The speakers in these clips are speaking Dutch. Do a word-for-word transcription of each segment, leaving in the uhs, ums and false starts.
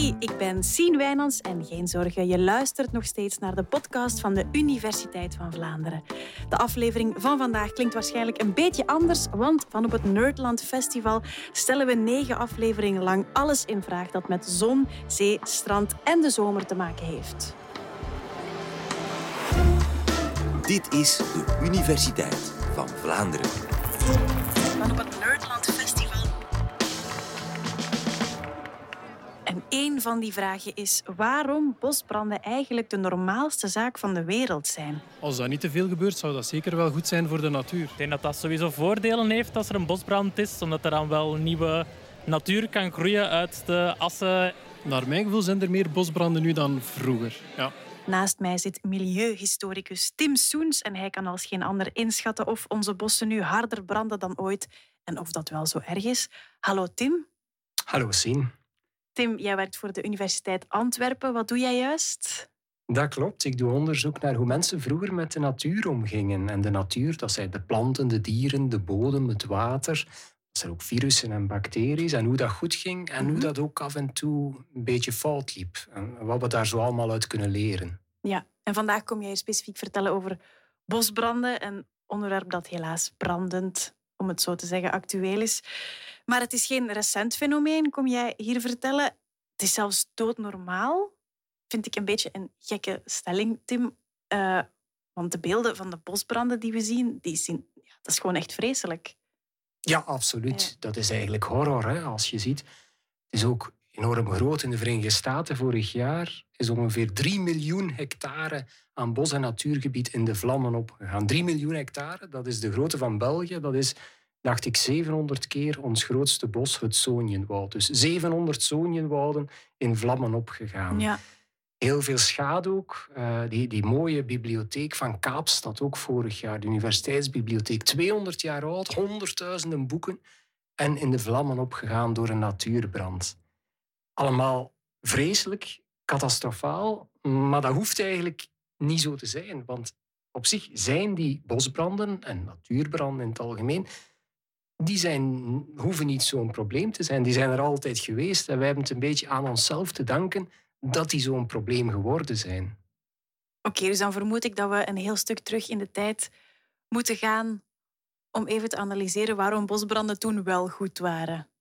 Hoi, ik ben Sien Wijnands en geen zorgen, je luistert nog steeds naar de podcast van de Universiteit van Vlaanderen. De aflevering van vandaag klinkt waarschijnlijk een beetje anders, want van op het Nerdland Festival stellen we negen afleveringen lang alles in vraag dat met zon, zee, strand en de zomer te maken heeft. Dit is de Universiteit van Vlaanderen. Van op het Nerdland Festival. En één van die vragen is waarom bosbranden eigenlijk de normaalste zaak van de wereld zijn. Als dat niet te veel gebeurt, zou dat zeker wel goed zijn voor de natuur. Ik denk dat dat sowieso voordelen heeft als er een bosbrand is, omdat er dan wel nieuwe natuur kan groeien uit de assen. Naar mijn gevoel zijn er meer bosbranden nu dan vroeger. Ja. Naast mij zit milieuhistoricus Tim Soens en hij kan als geen ander inschatten of onze bossen nu harder branden dan ooit en of dat wel zo erg is. Hallo Tim. Hallo Sien. Tim, jij werkt voor de Universiteit Antwerpen. Wat doe jij juist? Dat klopt. Ik doe onderzoek naar hoe mensen vroeger met de natuur omgingen. En de natuur, dat zijn de planten, de dieren, de bodem, het water. Dat zijn ook virussen en bacteriën. En hoe dat goed ging en hoe dat ook af en toe een beetje fout liep. En wat we daar zo allemaal uit kunnen leren. Ja, en vandaag kom jij specifiek vertellen over bosbranden. Een onderwerp dat helaas brandend, om het zo te zeggen, actueel is. Maar het is geen recent fenomeen, kom jij hier vertellen. Het is zelfs doodnormaal. Vind ik een beetje een gekke stelling, Tim. Uh, want de beelden van de bosbranden die we zien, die zien ja, dat is gewoon echt vreselijk. Ja, absoluut. Ja. Dat is eigenlijk horror, hè, als je ziet. Het is ook enorm groot. In de Verenigde Staten vorig jaar is ongeveer drie miljoen hectare aan bos- en natuurgebied in de vlammen opgegaan. drie miljoen hectare, dat is de grootte van België. Dat is, dacht ik, zevenhonderd keer ons grootste bos, het Zoonjenwoud. Dus zevenhonderd Zoonjenwouden in vlammen opgegaan. Ja. Heel veel schade ook. Uh, die, die mooie bibliotheek van Kaapstad, ook vorig jaar, de universiteitsbibliotheek, tweehonderd jaar oud, honderdduizenden boeken en in de vlammen opgegaan door een natuurbrand. Allemaal vreselijk, catastrofaal, maar dat hoeft eigenlijk niet zo te zijn. Want op zich zijn die bosbranden en natuurbranden in het algemeen, die zijn, hoeven niet zo'n probleem te zijn. Die zijn er altijd geweest en wij hebben het een beetje aan onszelf te danken dat die zo'n probleem geworden zijn. Oké, okay, dus dan vermoed ik dat we een heel stuk terug in de tijd moeten gaan om even te analyseren waarom bosbranden toen wel goed waren.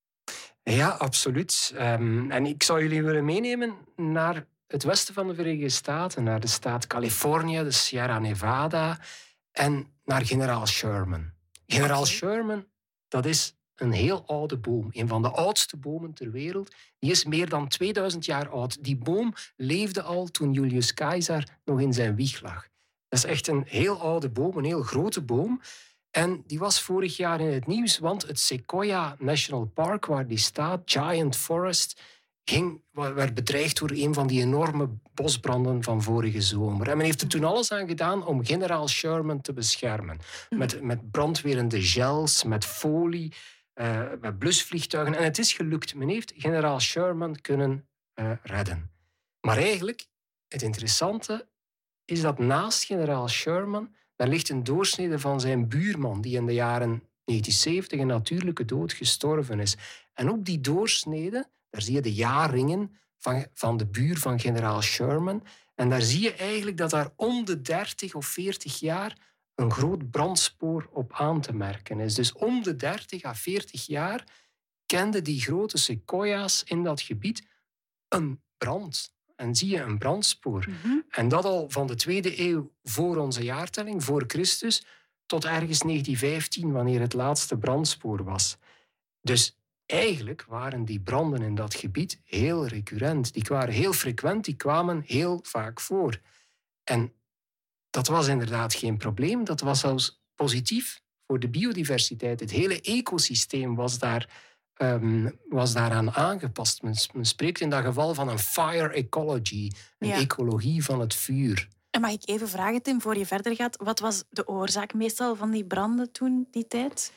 Ja, absoluut. Um, en ik zou jullie willen meenemen naar het westen van de Verenigde Staten, naar de staat Californië, de Sierra Nevada en naar generaal Sherman. Generaal okay. Sherman, dat is een heel oude boom, een van de oudste bomen ter wereld. Die is meer dan tweeduizend jaar oud. Die boom leefde al toen Julius Caesar nog in zijn wieg lag. Dat is echt een heel oude boom, een heel grote boom. En die was vorig jaar in het nieuws, want het Sequoia National Park, waar die staat, Giant Forest, ging, werd bedreigd door een van die enorme bosbranden van vorige zomer. En men heeft er toen alles aan gedaan om generaal Sherman te beschermen. Met, met brandwerende gels, met folie, uh, met blusvliegtuigen. En het is gelukt. Men heeft generaal Sherman kunnen uh, redden. Maar eigenlijk, het interessante is dat naast generaal Sherman, daar ligt een doorsnede van zijn buurman, die in de jaren negentien zeventig een natuurlijke dood gestorven is. En op die doorsnede, daar zie je de jaarringen van, van de buur van generaal Sherman. En daar zie je eigenlijk dat daar om de dertig of veertig jaar een groot brandspoor op aan te merken is. Dus om de dertig à veertig jaar kenden die grote sequoia's in dat gebied een brand. En zie je een brandspoor. Mm-hmm. En dat al van de tweede eeuw voor onze jaartelling, voor Christus, tot ergens negentien vijftien, wanneer het laatste brandspoor was. Dus eigenlijk waren die branden in dat gebied heel recurrent. Die waren heel frequent, die kwamen heel vaak voor. En dat was inderdaad geen probleem. Dat was zelfs positief voor de biodiversiteit. Het hele ecosysteem was daar... Um, was daaraan aangepast. Men, men spreekt in dat geval van een fire ecology, een ja. ecologie van het vuur. En mag ik even vragen, Tim, voor je verder gaat, wat was de oorzaak meestal van die branden toen, die tijd?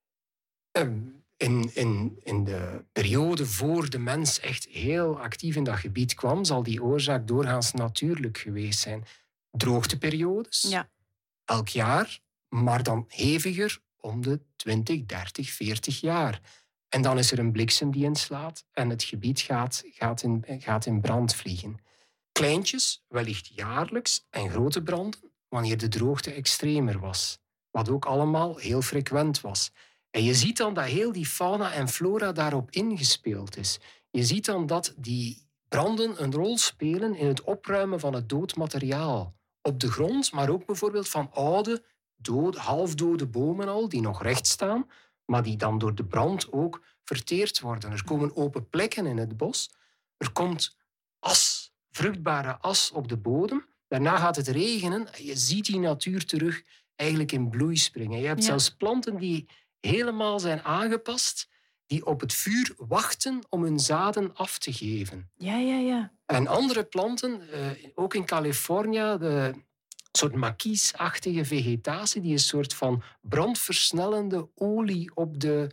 Um, in, in, in de periode voor de mens echt heel actief in dat gebied kwam, zal die oorzaak doorgaans natuurlijk geweest zijn. Droogteperiodes, ja. elk jaar, maar dan heviger om de twintig, dertig, veertig jaar. En dan is er een bliksem die inslaat en het gebied gaat, gaat, in, gaat in brand vliegen. Kleintjes, wellicht jaarlijks, en grote branden wanneer de droogte extremer was. Wat ook allemaal heel frequent was. En je ziet dan dat heel die fauna en flora daarop ingespeeld is. Je ziet dan dat die branden een rol spelen in het opruimen van het dood materiaal. Op de grond, maar ook bijvoorbeeld van oude, dode, halfdode bomen al, die nog recht staan, maar die dan door de brand ook verteerd worden. Er komen open plekken in het bos. Er komt as, vruchtbare as op de bodem. Daarna gaat het regenen. Je ziet die natuur terug eigenlijk in bloei springen. Je hebt Ja. zelfs planten die helemaal zijn aangepast, die op het vuur wachten om hun zaden af te geven. Ja, ja, ja. En andere planten, eh, ook in Californië, de soort maquisachtige vegetatie, die een soort van brandversnellende olie op de,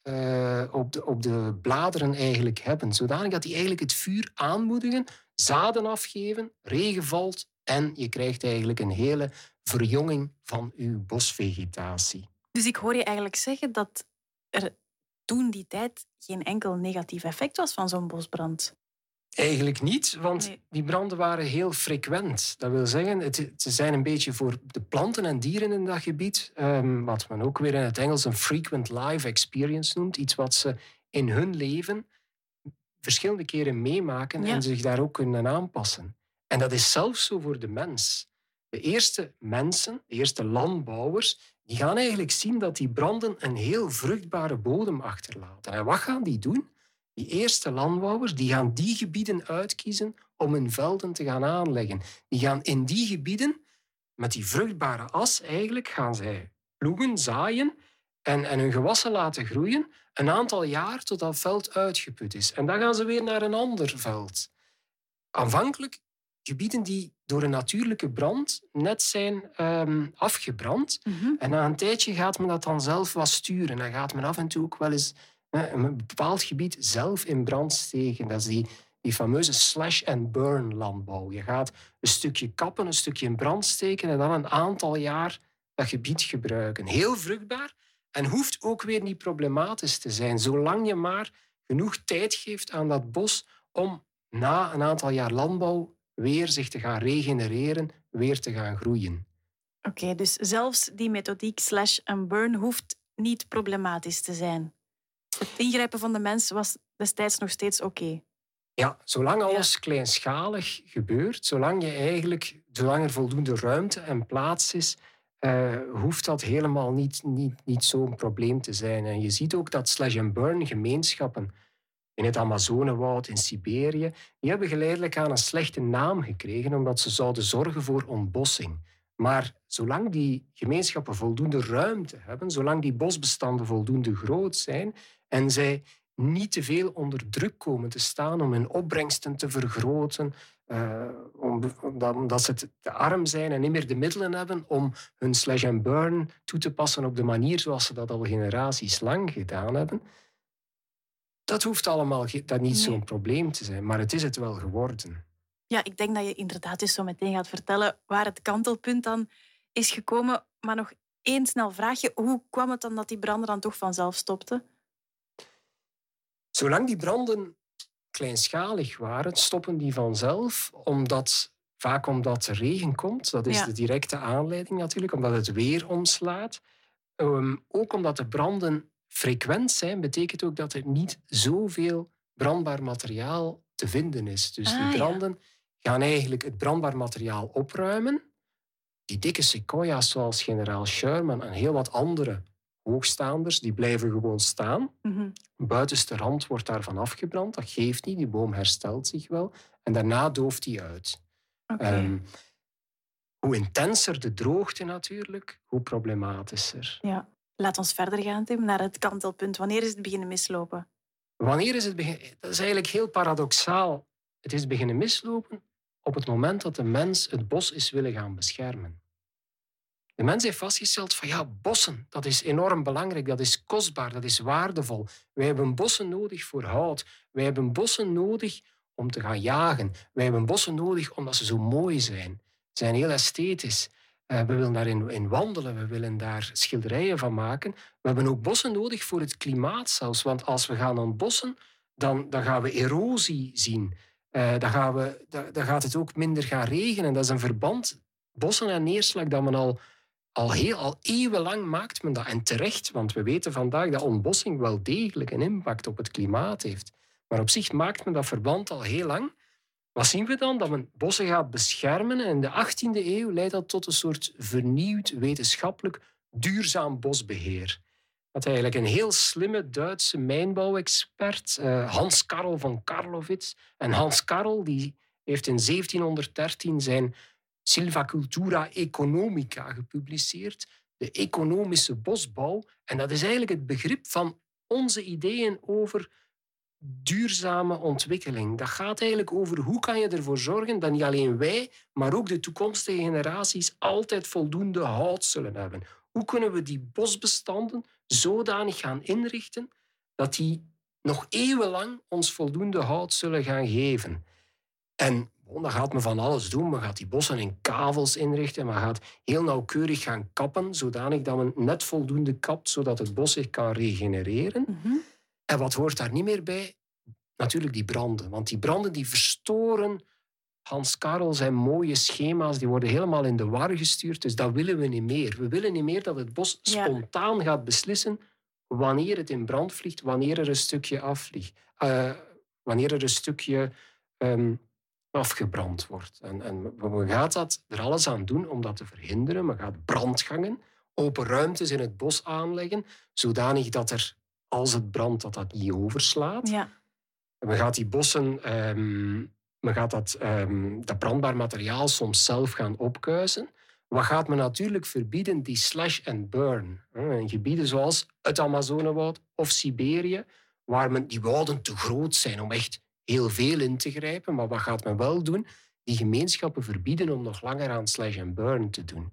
uh, op de, op de bladeren eigenlijk hebben. Zodanig dat die eigenlijk het vuur aanmoedigen, zaden afgeven, regen valt en je krijgt eigenlijk een hele verjonging van je bosvegetatie. Dus ik hoor je eigenlijk zeggen dat er toen die tijd geen enkel negatief effect was van zo'n bosbrand. Eigenlijk niet, want Nee. die branden waren heel frequent. Dat wil zeggen, het, ze zijn een beetje voor de planten en dieren in dat gebied, um, wat men ook weer in het Engels een frequent life experience noemt. Iets wat ze in hun leven verschillende keren meemaken Ja. en zich daar ook kunnen aanpassen. En dat is zelfs zo voor de mens. De eerste mensen, de eerste landbouwers, die gaan eigenlijk zien dat die branden een heel vruchtbare bodem achterlaten. En wat gaan die doen? Die eerste landbouwers die gaan die gebieden uitkiezen om hun velden te gaan aanleggen. Die gaan in die gebieden, met die vruchtbare as eigenlijk, gaan zij ploegen, zaaien en, en hun gewassen laten groeien een aantal jaar tot dat veld uitgeput is. En dan gaan ze weer naar een ander veld. Aanvankelijk gebieden die door een natuurlijke brand net zijn um, afgebrand. Mhm. En na een tijdje gaat men dat dan zelf wat sturen. Dan gaat men af en toe ook wel eens hè, een bepaald gebied zelf in brand steken. Dat is die, die fameuze slash-and-burn landbouw. Je gaat een stukje kappen, een stukje in brand steken en dan een aantal jaar dat gebied gebruiken. Heel vruchtbaar en hoeft ook weer niet problematisch te zijn, zolang je maar genoeg tijd geeft aan dat bos om na een aantal jaar landbouw weer zich te gaan regenereren, weer te gaan groeien. Oké, okay, dus zelfs die methodiek slash and burn hoeft niet problematisch te zijn. Het ingrijpen van de mens was destijds nog steeds oké. Okay. Ja, zolang alles ja. kleinschalig gebeurt, zolang, je eigenlijk, zolang er voldoende ruimte en plaats is, uh, hoeft dat helemaal niet, niet, niet zo'n probleem te zijn. En je ziet ook dat slash-and-burn gemeenschappen in het Amazonewoud, in Siberië, die hebben geleidelijk aan een slechte naam gekregen omdat ze zouden zorgen voor ontbossing. Maar zolang die gemeenschappen voldoende ruimte hebben, zolang die bosbestanden voldoende groot zijn en zij niet te veel onder druk komen te staan om hun opbrengsten te vergroten, uh, omdat, omdat ze te arm zijn en niet meer de middelen hebben om hun slash-and-burn toe te passen op de manier zoals ze dat al generaties lang gedaan hebben, dat hoeft allemaal dat niet nee. zo'n probleem te zijn, maar het is het wel geworden. Ja, ik denk dat je inderdaad eens zo meteen gaat vertellen waar het kantelpunt dan is gekomen. Maar nog één snel vraagje. Hoe kwam het dan dat die branden dan toch vanzelf stopten? Zolang die branden kleinschalig waren, stoppen die vanzelf, omdat, vaak omdat er regen komt. Dat is ja. de directe aanleiding natuurlijk, omdat het weer omslaat. Um, ook omdat de branden frequent zijn, betekent ook dat er niet zoveel brandbaar materiaal te vinden is. Dus ah, die branden ja. gaan eigenlijk het brandbaar materiaal opruimen. Die dikke sequoia's zoals generaal Sherman en heel wat andere hoogstaanders, die blijven gewoon staan. Mm-hmm. Buitenste rand wordt daarvan afgebrand. Dat geeft niet, die boom herstelt zich wel. En daarna dooft die uit. Okay. Um, hoe intenser de droogte natuurlijk, hoe problematischer. Ja. Laat ons verder gaan, Tim, naar het kantelpunt. Wanneer is het beginnen mislopen? Wanneer is het beginnen... Dat is eigenlijk heel paradoxaal. Het is beginnen mislopen op het moment dat de mens het bos is willen gaan beschermen. De mens heeft vastgesteld van ja, bossen, dat is enorm belangrijk, dat is kostbaar, dat is waardevol. Wij hebben bossen nodig voor hout. Wij hebben bossen nodig om te gaan jagen. Wij hebben bossen nodig omdat ze zo mooi zijn. Ze zijn heel esthetisch. Uh, we willen daarin in wandelen, we willen daar schilderijen van maken. We hebben ook bossen nodig voor het klimaat zelfs. Want als we gaan ontbossen, dan, dan gaan we erosie zien. Uh, dan, gaan we, dan, dan gaat het ook minder gaan regenen. Dat is een verband, bossen en neerslag, dat men al, al, heel, al eeuwenlang maakt. Men dat, en terecht, want we weten vandaag dat ontbossing wel degelijk een impact op het klimaat heeft. Maar op zich maakt men dat verband al heel lang. Wat zien we dan? Dat men bossen gaat beschermen. En in de achttiende eeuw leidt dat tot een soort vernieuwd wetenschappelijk duurzaam bosbeheer. Dat eigenlijk een heel slimme Duitse mijnbouwexpert, uh, Hans Karl von Karlowitz. En Hans Karl die heeft in zeventienhonderddertien zijn Silvicultura Economica gepubliceerd. De economische bosbouw. En dat is eigenlijk het begrip van onze ideeën over duurzame ontwikkeling. Dat gaat eigenlijk over hoe kan je ervoor zorgen dat niet alleen wij, maar ook de toekomstige generaties altijd voldoende hout zullen hebben. Hoe kunnen we die bosbestanden zodanig gaan inrichten dat die nog eeuwenlang ons voldoende hout zullen gaan geven? En bon, dan gaat men van alles doen. Men gaat die bossen in kavels inrichten. Men gaat heel nauwkeurig gaan kappen, zodanig dat men net voldoende kapt, zodat het bos zich kan regenereren. Mm-hmm. En wat hoort daar niet meer bij? Natuurlijk die branden. Want die branden die verstoren Hans Karel zijn mooie schema's. Die worden helemaal in de war gestuurd. Dus dat willen we niet meer. We willen niet meer dat het bos Ja. spontaan gaat beslissen wanneer het in brand vliegt, wanneer er een stukje afvliegt. Uh, wanneer er een stukje um, afgebrand wordt. En, en men gaat dat er alles aan doen om dat te verhinderen. Men gaat brandgangen, open ruimtes in het bos aanleggen, zodanig dat er, als het brandt, dat dat niet overslaat. Ja. En men gaat die bossen, um, men gaat dat, um, dat brandbaar materiaal soms zelf gaan opkuisen. Wat gaat men natuurlijk verbieden? Die slash and burn. In gebieden zoals het Amazonewoud of Siberië, waar men, die wouden te groot zijn om echt heel veel in te grijpen. Maar wat gaat men wel doen? Die gemeenschappen verbieden om nog langer aan slash and burn te doen.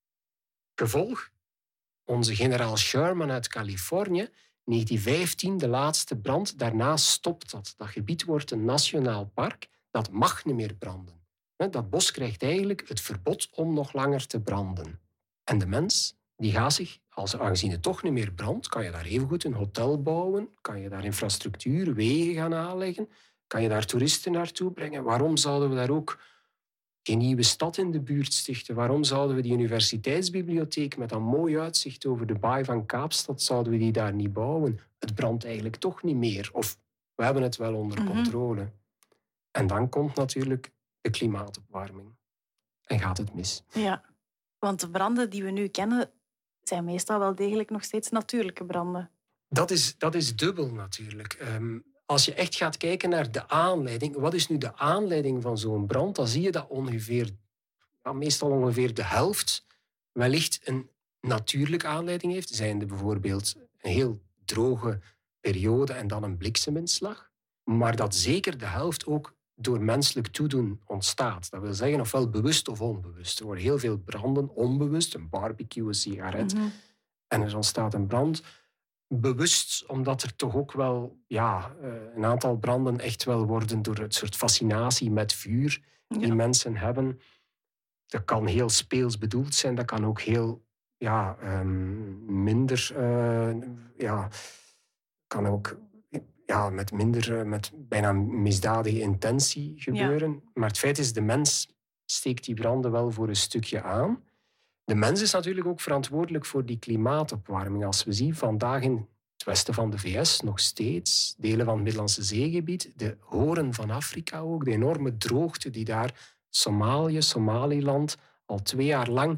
Gevolg? Onze generaal Sherman uit Californië, negentien vijftien, de laatste brand. Daarna stopt dat. Dat gebied wordt een nationaal park. Dat mag niet meer branden. Dat bos krijgt eigenlijk het verbod om nog langer te branden. En de mens die gaat zich, als, aangezien het toch niet meer brandt, kan je daar evengoed een hotel bouwen, kan je daar infrastructuur, wegen gaan aanleggen, kan je daar toeristen naartoe brengen. Waarom zouden we daar ook geen nieuwe stad in de buurt stichten? Waarom zouden we die universiteitsbibliotheek met een mooi uitzicht over de baai van Kaapstad, zouden we die daar niet bouwen? Het brandt eigenlijk toch niet meer. Of we hebben het wel onder Mm-hmm. controle. En dan komt natuurlijk de klimaatopwarming. En gaat het mis. Ja, want de branden die we nu kennen zijn meestal wel degelijk nog steeds natuurlijke branden. Dat is, dat is dubbel natuurlijk. Um, als je echt gaat kijken naar de aanleiding, wat is nu de aanleiding van zo'n brand, dan zie je dat ongeveer, ja, meestal ongeveer de helft wellicht een natuurlijke aanleiding heeft. Zijnde bijvoorbeeld een heel droge periode en dan een blikseminslag. Maar dat zeker de helft ook door menselijk toedoen ontstaat. Dat wil zeggen, ofwel bewust of onbewust. Er worden heel veel branden onbewust, een barbecue, een sigaret. Mm-hmm. En er ontstaat een brand bewust, omdat er toch ook wel ja, een aantal branden echt wel worden door het soort fascinatie met vuur die Ja. mensen hebben. Dat kan heel speels bedoeld zijn, dat kan ook heel ja, um, minder... Uh, ja, kan ook... Ja, met minder, met bijna misdadige intentie gebeuren. Ja. Maar het feit is, de mens steekt die branden wel voor een stukje aan. De mens is natuurlijk ook verantwoordelijk voor die klimaatopwarming. Als we zien vandaag in het westen van de V S nog steeds, delen van het Middellandse Zeegebied, de hoorn van Afrika ook, de enorme droogte die daar, Somalië, Somaliland, al twee jaar lang,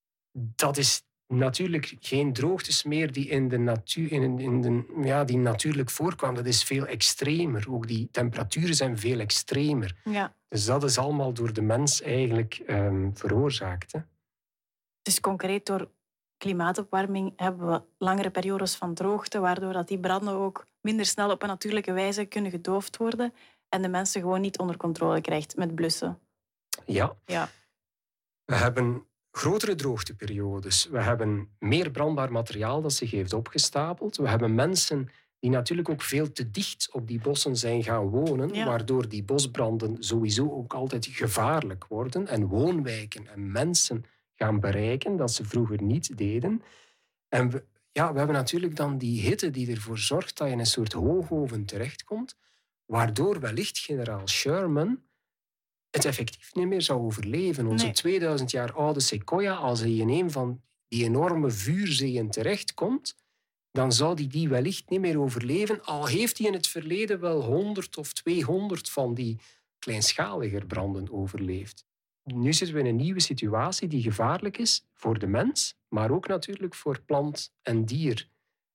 dat is natuurlijk geen droogtes meer die in de natuur, in, in de, ja, die natuurlijk voorkwamen. Dat is veel extremer. Ook die temperaturen zijn veel extremer. Ja. Dus dat is allemaal door de mens eigenlijk um, veroorzaakt. Hè. Dus concreet door klimaatopwarming hebben we langere periodes van droogte, waardoor dat die branden ook minder snel op een natuurlijke wijze kunnen gedoofd worden en de mensen gewoon niet onder controle krijgt met blussen. Ja. Ja. We hebben grotere droogteperiodes. We hebben meer brandbaar materiaal dat zich heeft opgestapeld. We hebben mensen die natuurlijk ook veel te dicht op die bossen zijn gaan wonen, Ja. waardoor die bosbranden sowieso ook altijd gevaarlijk worden en woonwijken en mensen gaan bereiken dat ze vroeger niet deden. En we, ja, we hebben natuurlijk dan die hitte die ervoor zorgt dat je in een soort hoogoven terechtkomt, waardoor wellicht generaal Sherman het effectief niet meer zou overleven. Onze Nee. tweeduizend jaar oude Sequoia, als hij in een van die enorme vuurzeeën terechtkomt, dan zou die die wellicht niet meer overleven, al heeft hij in het verleden wel honderd of tweehonderd van die kleinschaliger branden overleefd. Nu zitten we in een nieuwe situatie die gevaarlijk is voor de mens, maar ook natuurlijk voor plant en dier.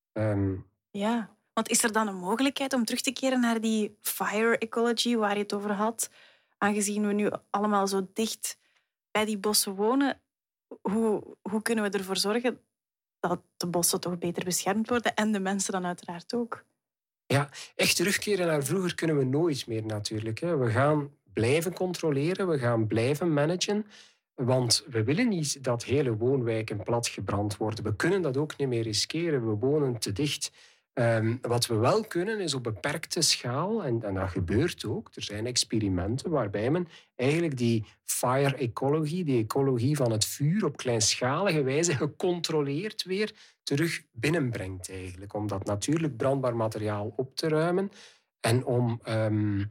Um, Ja, want is er dan een mogelijkheid om terug te keren naar die fire ecology waar je het over had? Aangezien we nu allemaal zo dicht bij die bossen wonen, hoe, hoe kunnen we ervoor zorgen dat de bossen toch beter beschermd worden en de mensen dan uiteraard ook? Ja, echt terugkeren naar vroeger kunnen we nooit meer natuurlijk. Hè. We gaan blijven controleren, we gaan blijven managen, want we willen niet dat hele woonwijken platgebrand worden. We kunnen dat ook niet meer riskeren, we wonen te dicht. Um, wat we wel kunnen is op beperkte schaal, en, en dat gebeurt ook, er zijn experimenten waarbij men eigenlijk die fire ecology, die ecologie van het vuur, op kleinschalige wijze gecontroleerd weer terug binnenbrengt eigenlijk. Om dat natuurlijk brandbaar materiaal op te ruimen en om, um,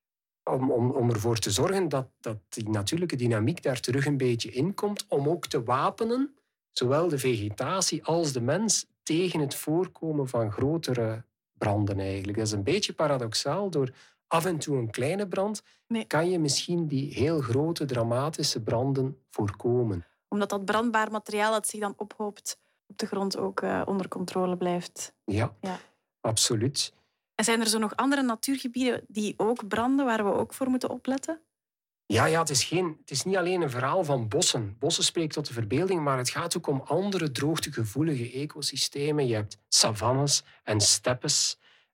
om, om, om ervoor te zorgen dat, dat die natuurlijke dynamiek daar terug een beetje in komt, om ook te wapenen, zowel de vegetatie als de mens, tegen het voorkomen van grotere branden eigenlijk. Dat is een beetje paradoxaal. Door af en toe een kleine brand nee. kan je misschien die heel grote, dramatische branden voorkomen. Omdat dat brandbaar materiaal dat zich dan ophoopt op de grond ook uh, onder controle blijft. Ja, ja, absoluut. En zijn er zo nog andere natuurgebieden die ook branden, waar we ook voor moeten opletten? Ja, ja het, is geen, het is niet alleen een verhaal van bossen. Bossen spreken tot de verbeelding, maar het gaat ook om andere droogtegevoelige ecosystemen. Je hebt savannes en steppes.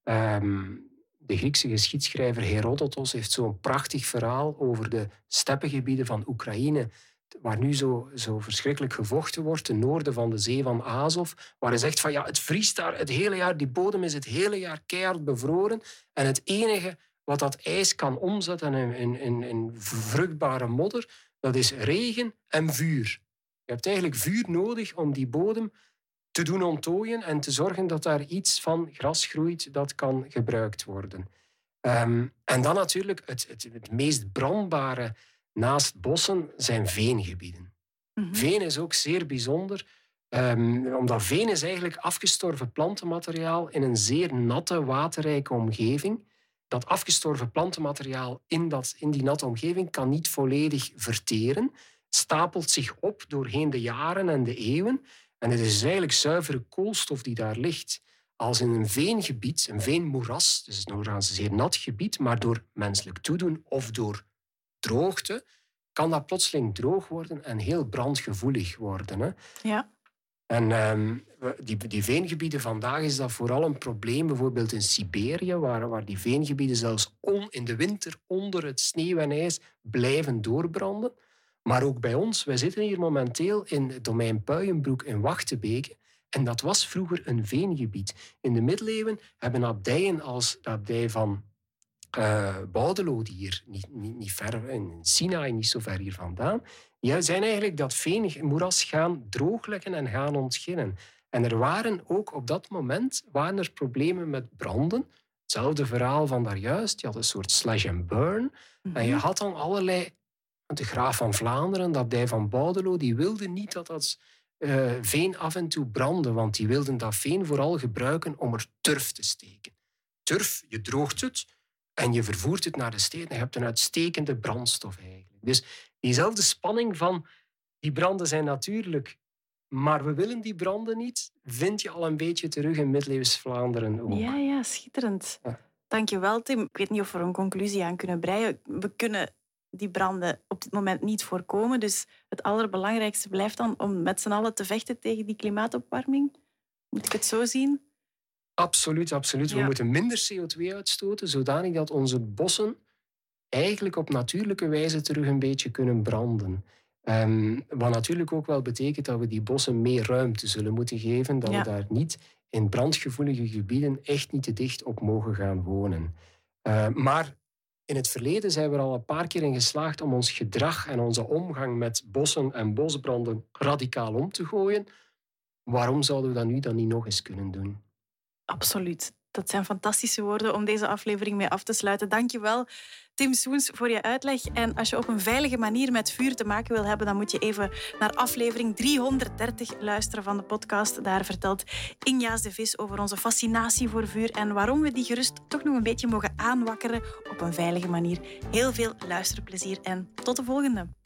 Um, de Griekse geschiedschrijver Herodotos heeft zo'n prachtig verhaal over de steppengebieden van Oekraïne, waar nu zo, zo verschrikkelijk gevochten wordt, ten noorden van de zee van Azov, waar hij zegt van ja, het vriest daar het hele jaar, die bodem is het hele jaar keihard bevroren en het enige wat dat ijs kan omzetten in, in, in, in vruchtbare modder, dat is regen en vuur. Je hebt eigenlijk vuur nodig om die bodem te doen ontdooien en te zorgen dat daar iets van gras groeit dat kan gebruikt worden. Um, en dan natuurlijk het, het, het meest brandbare naast bossen zijn veengebieden. Mm-hmm. Veen is ook zeer bijzonder, um, omdat veen is eigenlijk afgestorven plantenmateriaal in een zeer natte, waterrijke omgeving. Dat afgestorven plantenmateriaal in, dat, in die natte omgeving kan niet volledig verteren, stapelt zich op doorheen de jaren en de eeuwen. En het is eigenlijk zuivere koolstof die daar ligt. Als in een veengebied, een veenmoeras, dus nog een zeer nat gebied, maar door menselijk toedoen of door droogte, kan dat plotseling droog worden en heel brandgevoelig worden. Hè? Ja. En um, die, die veengebieden vandaag is dat vooral een probleem, bijvoorbeeld in Siberië, waar, waar die veengebieden zelfs on, in de winter onder het sneeuw en ijs blijven doorbranden. Maar ook bij ons, wij zitten hier momenteel in het domein Puijenbroek in Wachtebeke. En dat was vroeger een veengebied. In de middeleeuwen hebben abdijen als de abdij van uh, Boudelo, die hier niet, niet, niet ver, in Sinaai, niet zo ver hier vandaan, ja, zijn eigenlijk dat veenmoeras gaan droogleggen en gaan ontginnen. En er waren ook op dat moment waren er problemen met branden. Hetzelfde verhaal van daarjuist. Je had een soort slash and burn. Mm-hmm. En je had dan allerlei... De graaf van Vlaanderen, de abdij van Boudelo, die wilde niet dat dat uh, veen af en toe brandde, want die wilden dat veen vooral gebruiken om er turf te steken. Turf, je droogt het en je vervoert het naar de steden. Je hebt een uitstekende brandstof eigenlijk. Dus diezelfde spanning van die branden zijn natuurlijk, maar we willen die branden niet, vind je al een beetje terug in middeleeuws Vlaanderen ook. Ja, ja, schitterend. Ja. Dank je wel, Tim. Ik weet niet of we er een conclusie aan kunnen breien. We kunnen die branden op dit moment niet voorkomen. Dus het allerbelangrijkste blijft dan om met z'n allen te vechten tegen die klimaatopwarming. Moet ik het zo zien? Absoluut, absoluut. Ja. We moeten minder C O twee uitstoten, zodanig dat onze bossen eigenlijk op natuurlijke wijze terug een beetje kunnen branden. Um, wat natuurlijk ook wel betekent dat we die bossen meer ruimte zullen moeten geven, dat ja. we daar niet in brandgevoelige gebieden echt niet te dicht op mogen gaan wonen. Uh, maar In het verleden zijn we er al een paar keer in geslaagd om ons gedrag en onze omgang met bossen en bosbranden radicaal om te gooien. Waarom zouden we dat nu dan niet nog eens kunnen doen? Absoluut. Dat zijn fantastische woorden om deze aflevering mee af te sluiten. Dank je wel, Tim Soens, voor je uitleg. En als je op een veilige manier met vuur te maken wil hebben, dan moet je even naar aflevering driehonderddertig luisteren van de podcast. Daar vertelt Inja's de Vis over onze fascinatie voor vuur en waarom we die gerust toch nog een beetje mogen aanwakkeren op een veilige manier. Heel veel luisterplezier en tot de volgende.